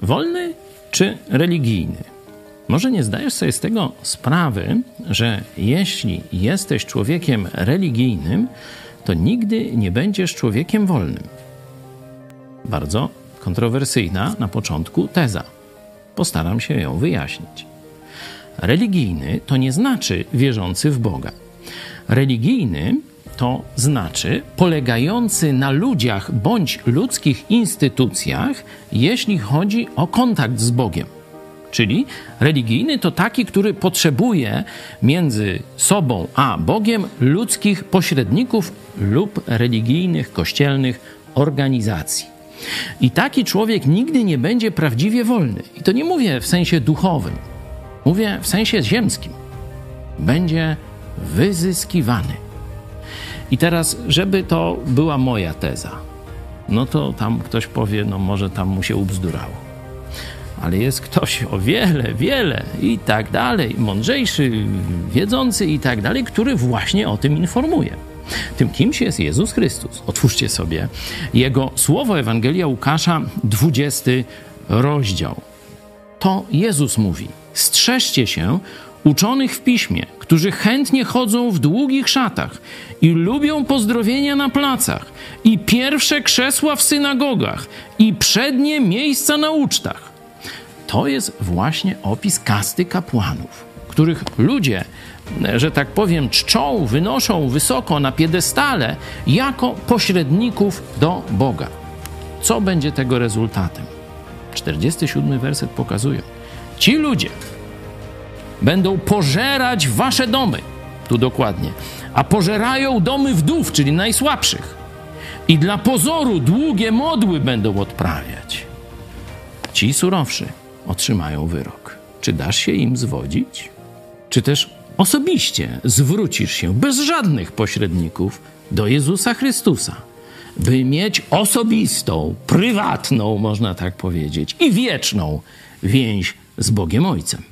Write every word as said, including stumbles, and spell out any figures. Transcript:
wolny czy religijny? Może nie zdajesz sobie z tego sprawy, że jeśli jesteś człowiekiem religijnym, to nigdy nie będziesz człowiekiem wolnym. Bardzo kontrowersyjna na początku teza. Postaram się ją wyjaśnić. Religijny to nie znaczy wierzący w Boga. Religijny to znaczy polegający na ludziach bądź ludzkich instytucjach, jeśli chodzi o kontakt z Bogiem. Czyli religijny to taki, który potrzebuje między sobą a Bogiem ludzkich pośredników lub religijnych, kościelnych organizacji. I taki człowiek nigdy nie będzie prawdziwie wolny. I to nie mówię w sensie duchowym, mówię w sensie ziemskim. Będzie wyzyskiwany. I teraz, żeby to była moja teza, no to tam ktoś powie, no może tam mu się ubzdurało. Ale jest ktoś o wiele, wiele i tak dalej, mądrzejszy, wiedzący i tak dalej, który właśnie o tym informuje. Tym kimś jest Jezus Chrystus. Otwórzcie sobie Jego słowo, Ewangelia Łukasza, dwudziesty rozdział. To Jezus mówi: strzeżcie się uczonych w piśmie, którzy chętnie chodzą w długich szatach i lubią pozdrowienia na placach i pierwsze krzesła w synagogach i przednie miejsca na ucztach. To jest właśnie opis kasty kapłanów, których ludzie, że tak powiem, czczą, wynoszą wysoko na piedestale jako pośredników do Boga. Co będzie tego rezultatem? czterdziesty siódmy werset pokazuje. Ci ludzie będą pożerać wasze domy, tu dokładnie, a pożerają domy wdów, czyli najsłabszych. I dla pozoru długie modły będą odprawiać. Ci surowszy otrzymają wyrok. Czy dasz się im zwodzić? Czy też osobiście zwrócisz się bez żadnych pośredników do Jezusa Chrystusa, by mieć osobistą, prywatną, można tak powiedzieć, i wieczną więź z Bogiem Ojcem?